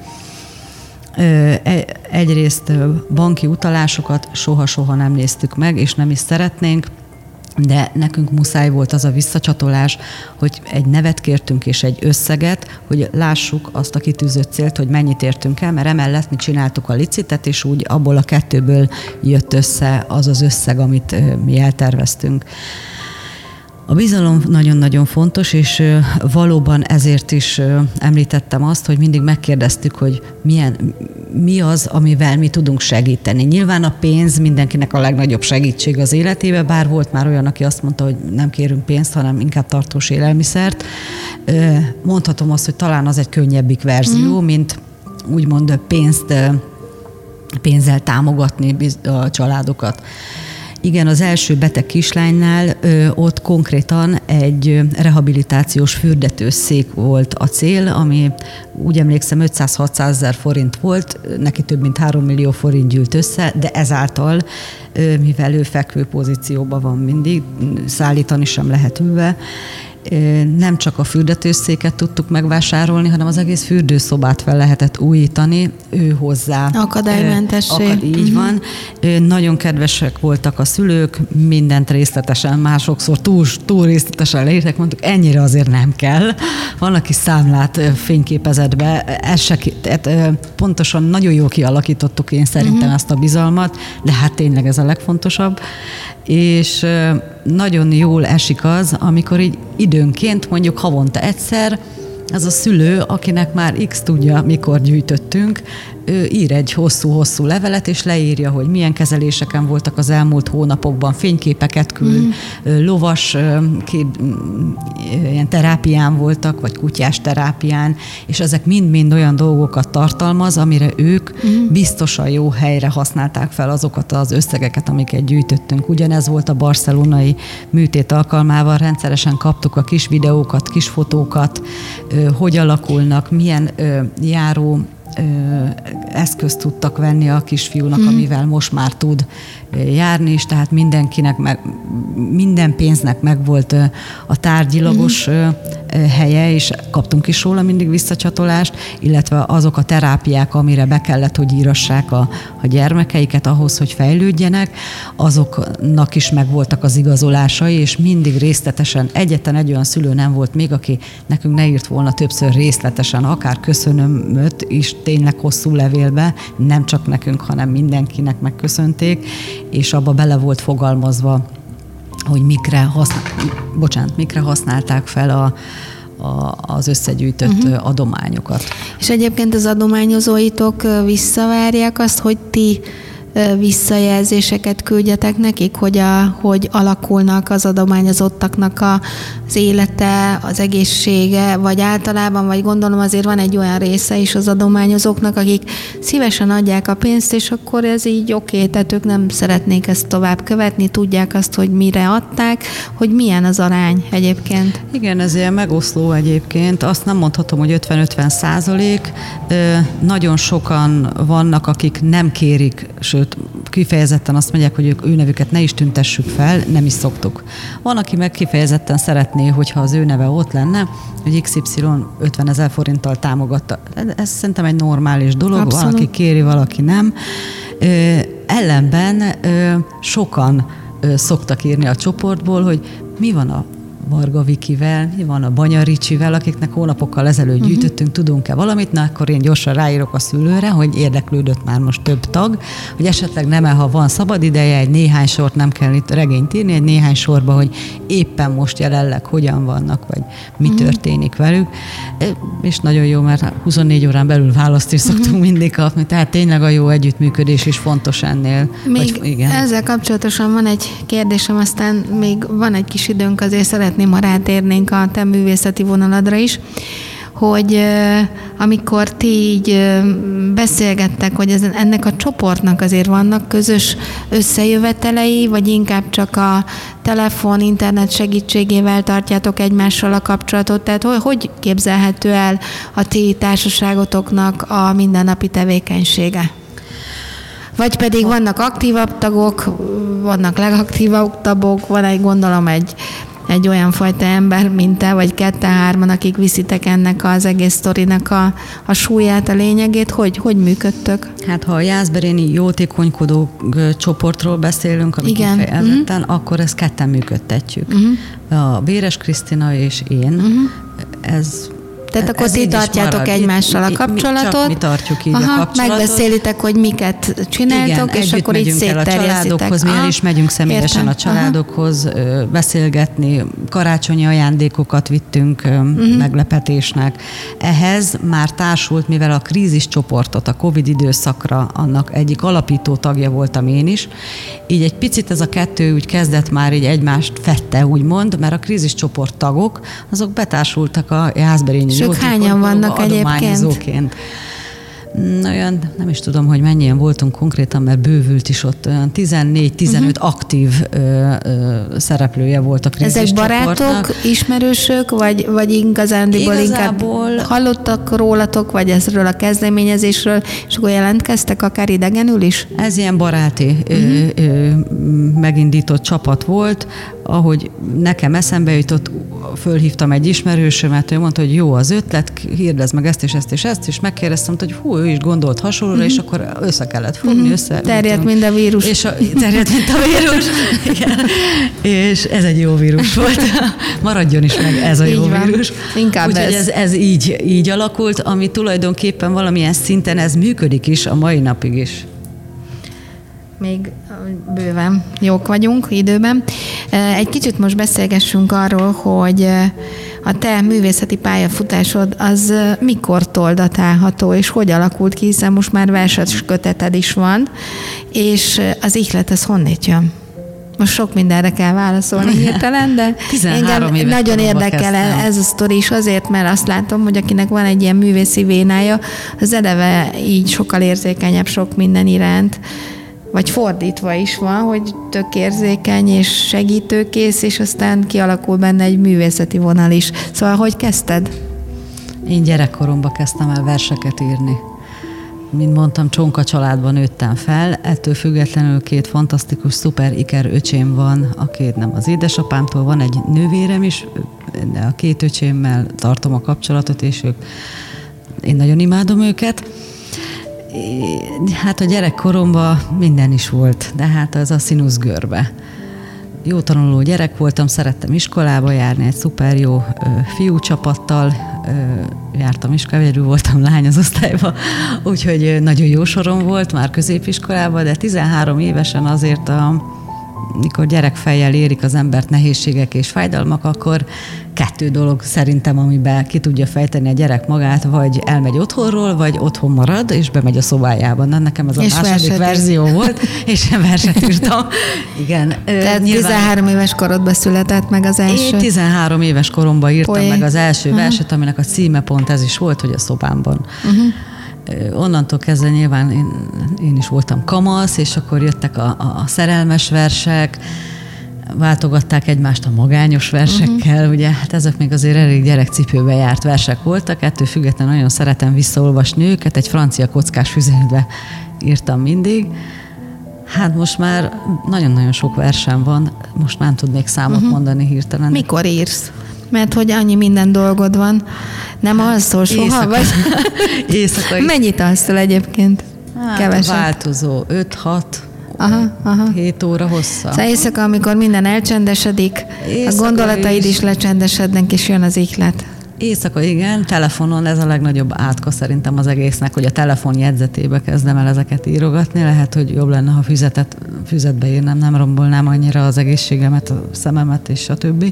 Egyrészt banki utalásokat soha-soha nem néztük meg, és nem is szeretnénk, de nekünk muszáj volt az a visszacsatolás, hogy egy nevet kértünk és egy összeget, hogy lássuk azt a kitűzött célt, hogy mennyit értünk el, mert emellett mi csináltuk a licitet, és úgy abból a kettőből jött össze az az összeg, amit mi elterveztünk. A bizalom nagyon-nagyon fontos, és valóban ezért is említettem azt, hogy mindig megkérdeztük, hogy milyen, mi az, amivel mi tudunk segíteni. Nyilván a pénz mindenkinek a legnagyobb segítség az életébe, bár volt már olyan, aki azt mondta, hogy nem kérünk pénzt, hanem inkább tartós élelmiszert. Mondhatom azt, hogy talán az egy könnyebbik verzió, mm. mint úgymond pénzt, pénzzel támogatni a családokat. Igen, az első beteg kislánynál ö, ott konkrétan egy rehabilitációs fürdetőszék volt a cél, ami úgy emlékszem ötszáz-hatszázezer forint volt, neki több mint három millió forint gyűlt össze, de ezáltal, ö, mivel ő fekvő pozícióban van mindig, szállítani sem lehet ülve, nem csak a fürdetőszéket tudtuk megvásárolni, hanem az egész fürdőszobát fel lehetett újítani, ő hozzá. Akadálymentessé. Akad, így uh-huh. van. Nagyon kedvesek voltak a szülők, mindent részletesen, másokszor túl, túl részletesen leírtak, mondtuk, ennyire azért nem kell. Van, aki számlát fényképezett be, ez se, tehát pontosan nagyon jól kialakítottuk én szerintem uh-huh. ezt a bizalmat, de hát tényleg ez a legfontosabb. És nagyon jól esik az, amikor így időnként, mondjuk havonta egyszer, az a szülő, akinek már X tudja, mikor gyűjtöttünk, ő ír egy hosszú-hosszú levelet, és leírja, hogy milyen kezeléseken voltak az elmúlt hónapokban, fényképeket küld, mm. lovas két, ilyen terápián voltak, vagy kutyás terápián, és ezek mind-mind olyan dolgokat tartalmaz, amire ők mm. biztosan jó helyre használták fel azokat az összegeket, amiket gyűjtöttünk. Ugyanez volt a barcelonai műtét alkalmával, rendszeresen kaptuk a kis videókat, kis fotókat, hogy alakulnak, milyen járó eszközt tudtak venni a kisfiúnak, mm. amivel most már tud járni is, tehát mindenkinek, meg, minden pénznek megvolt a tárgyilagos mm. helye, és kaptunk is róla mindig visszacsatolást, illetve azok a terápiák, amire be kellett, hogy írassák a, a gyermekeiket ahhoz, hogy fejlődjenek, azoknak is megvoltak az igazolásai, és mindig részletesen, egyetlen egy olyan szülő nem volt még, aki nekünk ne írt volna többször részletesen, akár köszönömöt is tényleg hosszú levélbe, nem csak nekünk, hanem mindenkinek megköszönték, és abba bele volt fogalmazva, hogy mikre, használ, bocsánat, mikre használták fel a, a, az összegyűjtött uh-huh. adományokat. És egyébként az adományozóitok visszavárják azt, hogy ti visszajelzéseket küldjetek nekik, hogy, a, hogy alakulnak az adományozottaknak a, az élete, az egészsége, vagy általában, vagy gondolom azért van egy olyan része is az adományozóknak, akik szívesen adják a pénzt, és akkor ez így oké, tehát ők nem szeretnék ezt tovább követni, tudják azt, hogy mire adták, hogy milyen az arány egyébként. Igen, ez ilyen megoszló egyébként. Azt nem mondhatom, hogy ötven-ötven százalék. Nagyon sokan vannak, akik nem kérik, sőt, kifejezetten azt mondják, hogy ők ő nevüket ne is tüntessük fel, nem is szoktuk. Van, aki meg kifejezetten szeretné, hogyha az ő neve ott lenne, hogy iksz ipszilon ötvenezer forinttal támogatta. Ez szerintem egy normális dolog, abszolút. Valaki kéri, valaki nem. Ö, ellenben ö, sokan ö, szoktak írni a csoportból, hogy mi van a Varga Vikivel, mi van a Banya Ricsivel, akiknek hónapokkal ezelőtt uh-huh. gyűjtöttünk, tudunk-e valamit, na akkor én gyorsan ráírok a szülőre, hogy érdeklődött már most több tag, hogy esetleg nem, ha van szabad ideje, egy néhány sort, nem kell itt regényt írni, egy néhány sorba, hogy éppen most jelenleg hogyan vannak, vagy mi uh-huh. történik velük. És nagyon jó, mert huszonnégy órán belül választ is szoktunk uh-huh. mindig kapni, tehát tényleg a jó együttműködés is fontos ennél. Még vagy, igen. Ezzel kapcsolatosan van egy kérdésem, aztán még van egy kis időnk, azért szeretném, ha rátérnénk a te művészeti vonaladra is, hogy amikor ti így beszélgettek, hogy ez, ennek a csoportnak azért vannak közös összejövetelei, vagy inkább csak a telefon, internet segítségével tartjátok egymással a kapcsolatot, tehát hogy, hogy képzelhető el a ti társaságotoknak a mindennapi tevékenysége? Vagy pedig vannak aktívabb tagok, vannak legaktívabb tagok, van egy, gondolom, egy egy olyan fajta ember, mint te, vagy ketten-hárman, akik viszitek ennek az egész sztorinak a, a súlyát, a lényegét, hogy, hogy működtök? Hát ha a jászberéni jótékonykodó csoportról beszélünk, amit kifejezetten, uh-huh. akkor ezt ketten működtetjük. Uh-huh. A Béres Krisztina és én, uh-huh. ez Tehát akkor ti tartjátok egymással a kapcsolatot. Csak mi tartjuk így Aha, a kapcsolatot. Megbeszélitek, hogy miket csináltok, igen, és akkor így szétterjesztitek. a családokhoz, mi el is megyünk személyesen Értem. a családokhoz Aha. beszélgetni, karácsonyi ajándékokat vittünk uh-huh. meglepetésnek. Ehhez már társult, mivel a krízis csoportot a Covid időszakra annak egyik alapító tagja voltam én is, így egy picit ez a kettő úgy kezdett már így egymást fette, úgymond, mert a krízis csoport tagok, azok betársultak a Jászberényi és ők hányan vannak egyébként? Olyan, nem is tudom, hogy mennyien voltunk konkrétan, mert bővült is ott, olyan tizennégy-tizenöt uh-huh. aktív ö, ö, szereplője volt a krízis Ezek csoportnak. barátok, ismerősök, vagy, vagy igazándiból Igazából... inkább hallottak rólatok, vagy ezről a kezdeményezésről, és akkor jelentkeztek akár idegenül is? Ez ilyen baráti uh-huh. ö, ö, megindított csapat volt, ahogy nekem eszembe jutott, fölhívtam egy ismerősömet, ő mondta, hogy jó az ötlet, hirdezd meg ezt és ezt és ezt, és megkérdeztem, hogy hú, ő is gondolt hasonlóra, uh-huh. és akkor össze kellett fogni, uh-huh. össze... Terjedt, mint a vírus. És a, terjedt, mint a vírus. Igen. És ez egy jó vírus volt. Maradjon is meg ez a jó így van. vírus. Inkább Úgyhogy ez, ez így, így alakult, ami tulajdonképpen valamilyen szinten ez működik is a mai napig is. Még bőven jók vagyunk időben. Egy kicsit most beszélgessünk arról, hogy a te művészeti pályafutásod az mikortól datálható, és hogy alakult ki, hiszen most már verses köteted is van, és az ihlet ez honnét jön? Most sok mindenre kell válaszolni hirtelen, de engem nagyon érdekel kezdtem. Ez a sztori is azért, mert azt látom, hogy akinek van egy ilyen művészi vénája, az eleve így sokkal érzékenyebb sok minden iránt, vagy fordítva is van, hogy tök érzékeny és segítőkész, és aztán kialakul benne egy művészeti vonal is. Szóval, hogy kezdted? Én gyerekkoromban kezdtem el verseket írni. Mint mondtam, csonka családban nőttem fel, ettől függetlenül két fantasztikus, szuper iker öcsém van, a két nem az édesapámtól, van egy nővérem is, de a két öcsémmel tartom a kapcsolatot, és ők, én nagyon imádom őket. Hát a gyerekkoromban minden is volt, de hát az a színuszgörbe. Jó tanuló gyerek voltam, szerettem iskolába járni, egy szuper jó ö, fiúcsapattal ö, jártam iskolába, egyedül voltam lány az osztályban, úgyhogy nagyon jó sorom volt már középiskolában, de tizenhárom évesen azért, a, mikor gyerekfejjel érik az embert nehézségek és fájdalmak, akkor kettő dolog szerintem, amiben ki tudja fejteni a gyerek magát, vagy elmegy otthonról, vagy otthon marad, és bemegy a szobájában. Na, nekem ez a és második verzió volt, és én verset írtam. Igen. Tehát nyilván... tizenhárom éves korodban született meg az első? Én tizenhárom éves koromban írtam Poé. meg az első uh-huh. verset, aminek a címe pont ez is volt, hogy a szobámban. Uh-huh. Onnantól kezdve nyilván én, én is voltam kamasz, és akkor jöttek a, a szerelmes versek, váltogatták egymást a magányos versekkel, uh-huh. ugye, hát ezek még azért elég gyerekcipőbe járt versek voltak, ettől függetlenül nagyon szeretem visszaolvasni őket, egy francia kockás füzetbe írtam mindig. Hát most már nagyon-nagyon sok versem van, most már nem tudnék számot uh-huh. mondani hirtelen. Mikor írsz? Mert hogy annyi minden dolgod van. Nem alszol soha? Éjszaka. Vagy? Éjszaka. Mennyit alszol egyébként? Hát keveset. Változó. öt-hat Aha, aha. hét óra hossza. Szóval éjszaka, amikor minden elcsendesedik, éjszaka a gondolataid is. is lecsendesednek, és jön az ihlet. Éjszaka, igen, telefonon ez a legnagyobb átka szerintem az egésznek, hogy a telefon jegyzetébe kezdem el ezeket írogatni. Lehet, hogy jobb lenne, ha füzetet, füzetbe írnám, nem rombolnám annyira az egészségemet, a szememet és a többi.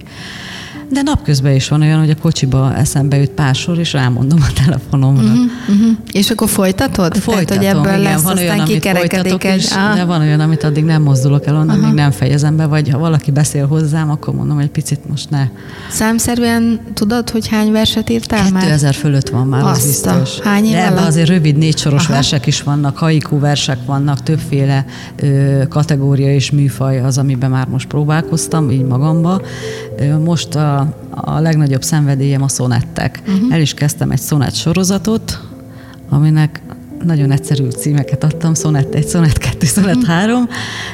De napközben is van olyan, hogy a kocsiba eszembe jut pár sor, és rámondom a telefonomra. Uh-huh, uh-huh. És akkor folytatod? Folytatom, Tehát, hogy ebből igen, lesz van olyan, amit folytatok is, de van olyan, amit addig nem mozdulok el onnan, uh-huh. még nem fejezem be, vagy ha valaki beszél hozzám, akkor mondom, hogy picit most ne. Számszerűen tudod, hogy hány verset írtál már? kétezer fölött van már, az biztos. Hány de ebben azért rövid négysoros Aha. versek is vannak, haiku versek vannak, többféle ö, kategória és műfaj az, amiben már most próbálkoztam, így magamba. Ö, most a A legnagyobb szenvedélyem a szonettek. Uh-huh. El is kezdtem egy szonett sorozatot, aminek nagyon egyszerű címeket adtam, szonett egy, szonett kettő, szonett uh-huh. három.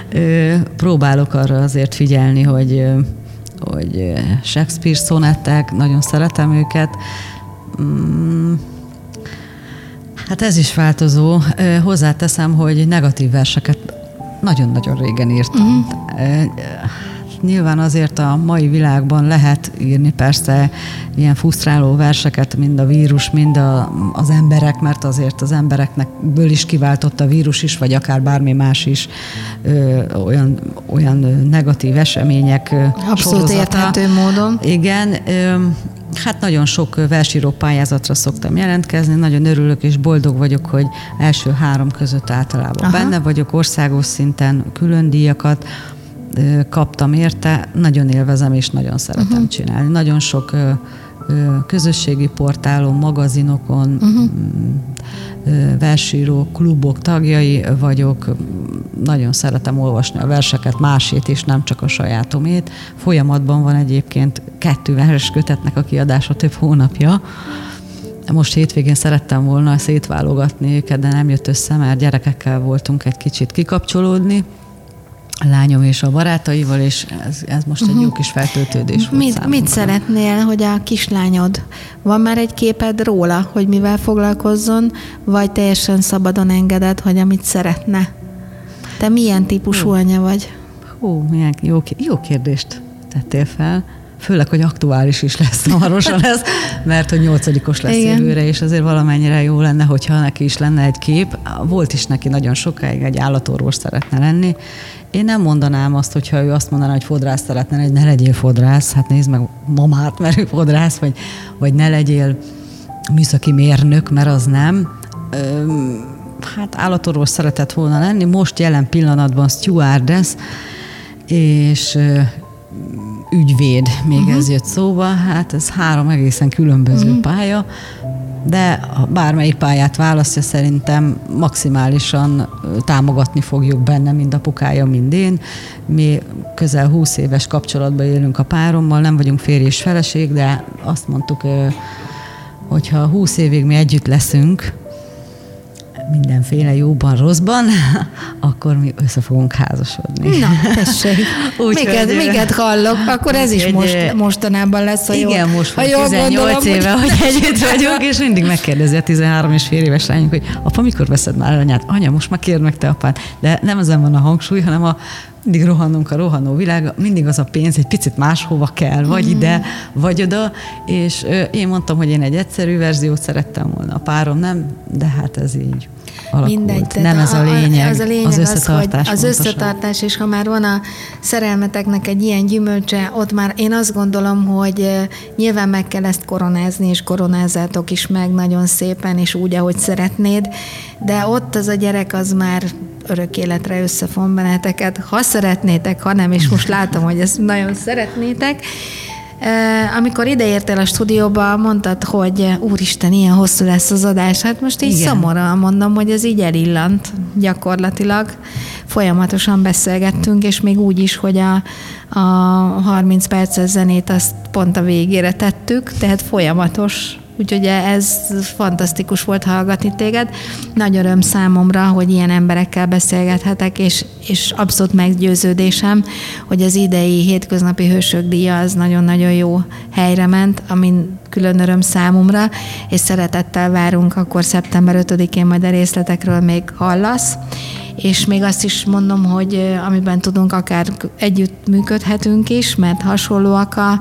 Próbálok arra azért figyelni, hogy, hogy Shakespeare szonettek, nagyon szeretem őket. Hát ez is változó. Hozzáteszem, hogy negatív verseket nagyon-nagyon régen írtam. Uh-huh. Hát nyilván azért a mai világban lehet írni persze ilyen frusztráló verseket, mind a vírus, mind a, az emberek, mert azért az emberekből is kiváltott a vírus is, vagy akár bármi más is ö, olyan, olyan negatív események Abszolút sorozata. Érthető módon. Igen, ö, hát nagyon sok versíró pályázatra szoktam jelentkezni, nagyon örülök és boldog vagyok, hogy első három között általában Aha. benne vagyok, országos szinten külön díjakat kaptam érte, nagyon élvezem és nagyon szeretem uh-huh. csinálni. Nagyon sok ö, ö, közösségi portálon, magazinokon, uh-huh. ö, versíró klubok tagjai vagyok, nagyon szeretem olvasni a verseket, másét is, nem csak a sajátomét. Folyamatban van egyébként kettő vers kötetnek a kiadása több hónapja. Most hétvégén szerettem volna szétválogatni őket, de nem jött össze, mert gyerekekkel voltunk egy kicsit kikapcsolódni. A lányom és a barátaival, és ez, ez most uh-huh. egy jó kis feltöltődés volt mit, mit szeretnél, hogy a kislányod, van már egy képed róla, hogy mivel foglalkozzon, vagy teljesen szabadon engeded, hogy amit szeretne? Te milyen típusú Hú. anya vagy? Hú, milyen jó, jó kérdést tettél fel. Főleg, hogy aktuális is lesz, hamarosan lesz, mert hogy nyolcadikos lesz Igen. jövőre, és azért valamennyire jó lenne, hogyha neki is lenne egy kép. Volt is neki nagyon sokáig, egy állatorvos szeretne lenni. Én nem mondanám azt, hogyha ő azt mondaná, hogy fodrász szeretne, hogy ne legyél fodrász, hát nézd meg mamát, mert ő fodrász, vagy, vagy ne legyél műszaki mérnök, mert az nem. Öm, hát állatorvos szeretett volna lenni, most jelen pillanatban stewardess, és ügyvéd, még uh-huh. ez jött szóba, hát ez három egészen különböző uh-huh. pálya, de ha bármelyik pályát választja, szerintem maximálisan támogatni fogjuk benne, mind apukája, mind én. Mi közel húsz éves kapcsolatban élünk a párommal, nem vagyunk férj és feleség, de azt mondtuk, hogyha húsz évig mi együtt leszünk, mindenféle jóban, rosszban, akkor mi össze fogunk házasodni. Na, tessék. Miket, hogy, miket hallok, akkor ez is most, mostanában lesz, ha igen, jól, most van tizennyolc gondolom, éve, hogy... hogy együtt vagyunk, és mindig megkérdezi a tizenhárom és fél éves lányunk, hogy apa, mikor veszed már anyát? Anya, most már kérd meg te apád. De nem ezen van a hangsúly, hanem a mindig rohannunk a rohanó világ, mindig az a pénz egy picit máshova kell, vagy mm-hmm. ide, vagy oda, és ö, én mondtam, hogy én egy egyszerű verziót szerettem volna, a párom nem, de hát ez így alakult. Mindegy, nem ez a lényeg, az, a lényeg az összetartás. Az, az összetartás, és ha már van a szerelmeteknek egy ilyen gyümölcse, ott már én azt gondolom, hogy nyilván meg kell ezt koronázni, és koronázzátok is meg nagyon szépen, és úgy, ahogy szeretnéd, de ott az a gyerek az már örök életre összefon benneteket, ha szeretnétek, ha nem, és most látom, hogy ezt nagyon szeretnétek. Amikor ideértél a stúdióba, mondtad, hogy úristen, ilyen hosszú lesz az adás. Hát most így szomorúan mondom, hogy ez így elillant gyakorlatilag. Folyamatosan beszélgettünk, és még úgy is, hogy a, a harminc perces zenét azt pont a végére tettük, tehát folyamatos. Úgyhogy ez fantasztikus volt hallgatni téged. Nagy öröm számomra, hogy ilyen emberekkel beszélgethetek, és, és abszolút meggyőződésem, hogy az idei hétköznapi hősök díja az nagyon-nagyon jó helyre ment, amin külön öröm számomra, és szeretettel várunk, akkor szeptember ötödikén majd a részletekről még hallasz. És még azt is mondom, hogy amiben tudunk, akár együtt működhetünk is, mert hasonlóak a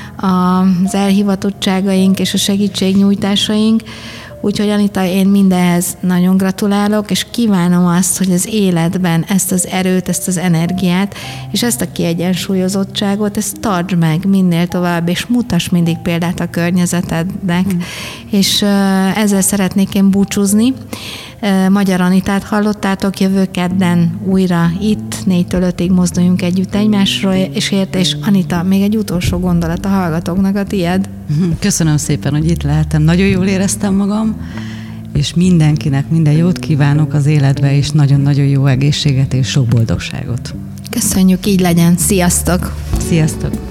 az elhivatottságaink és a segítségnyújtásaink. Úgyhogy Anita, én mindenhez nagyon gratulálok, és kívánom azt, hogy az életben ezt az erőt, ezt az energiát, és ezt a kiegyensúlyozottságot, ezt tartsd meg minél tovább, és mutass mindig példát a környezetednek. Mm. És ezzel szeretnék én búcsúzni. Magyar Anitát hallottátok, jövő kedden újra itt, négytől ötig mozduljunk együtt egymásról, és ért, és Anita, még egy utolsó gondolat a hallgatóknak, a tied. Köszönöm szépen, hogy itt lehetem. Nagyon jól éreztem magam, és mindenkinek minden jót kívánok az életbe, és nagyon-nagyon jó egészséget és sok boldogságot. Köszönjük, így legyen. Sziasztok! Sziasztok!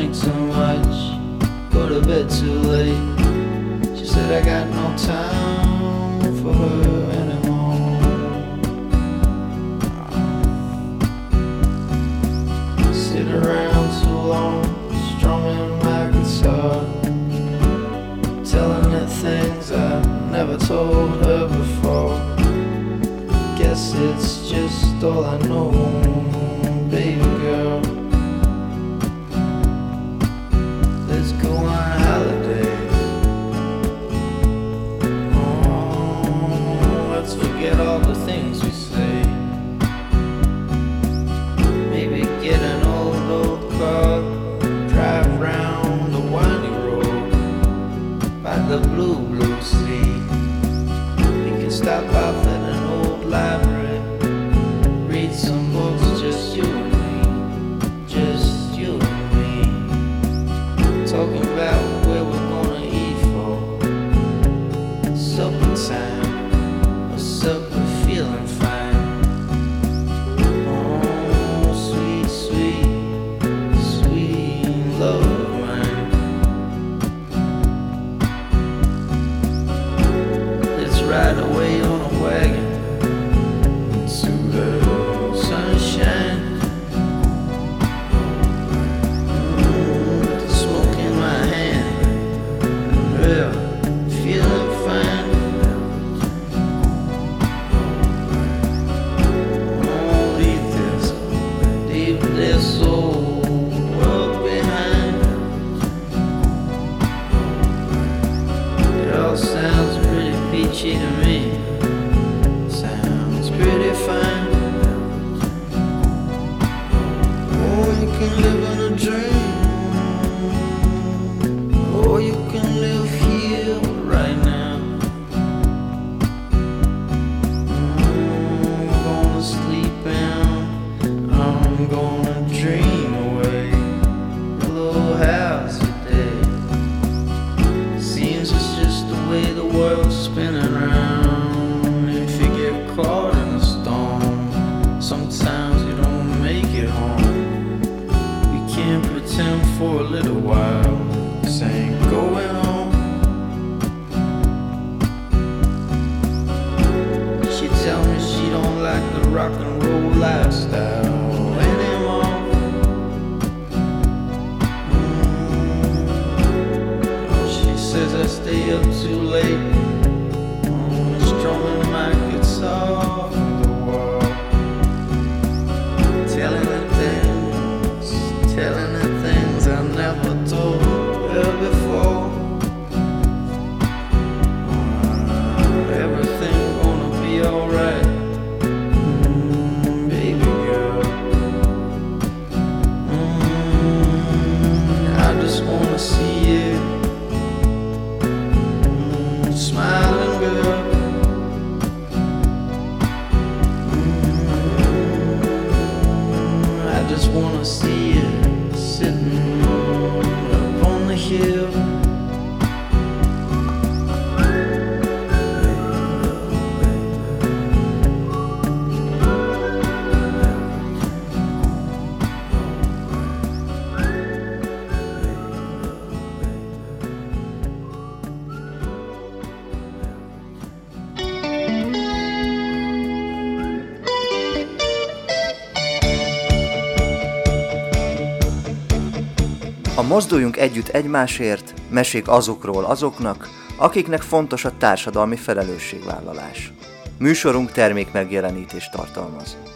drink too much, go to bed too late. She said I got no time for her anymore. Sit around too long, strumming my guitar, telling her things I never told her before. Guess it's just all I know, baby girl. Let's go on a holiday. Oh, let's forget all the things we say. Maybe get an old, old car, drive round the windy road by the blue, blue sea. We can stop off at an old library, read some books, just you and me, just you and me. Talking about where we're gonna eat for supper time, or supper feeling fine. Oh, sweet, sweet, sweet love of mine. Let's ride away on a wagon to the sunshine. Mm, with the smoke in my hand, yeah, feeling fine. Oh, leave this, leave this old world behind. It all sounds pretty peachy to me. Sounds pretty fine. Oh, you can live in a dream, or you can live here right now. Mm, I'm gonna sleep in, I'm gonna dream away a little house today. Seems it's just the way the world's spinning around. If you get caught in a storm, sometimes you don't make it home. We can't pretend for a little while, this ain't going on. She tell me she don't like the rock and roll lifestyle anymore. Mm. She says I stay up too late, mm, strumming my guitar on the wall, telling her things, telling her things I never told her before. Uh, everything gonna be alright, mm, baby girl. Mm, I just wanna see you, mm, smiling girl. Mm, I just wanna see you sitting up on the hill. A Mozduljunk együtt egymásért, mesék azokról azoknak, akiknek fontos a társadalmi felelősségvállalás. Műsorunk termékmegjelenítést tartalmaz.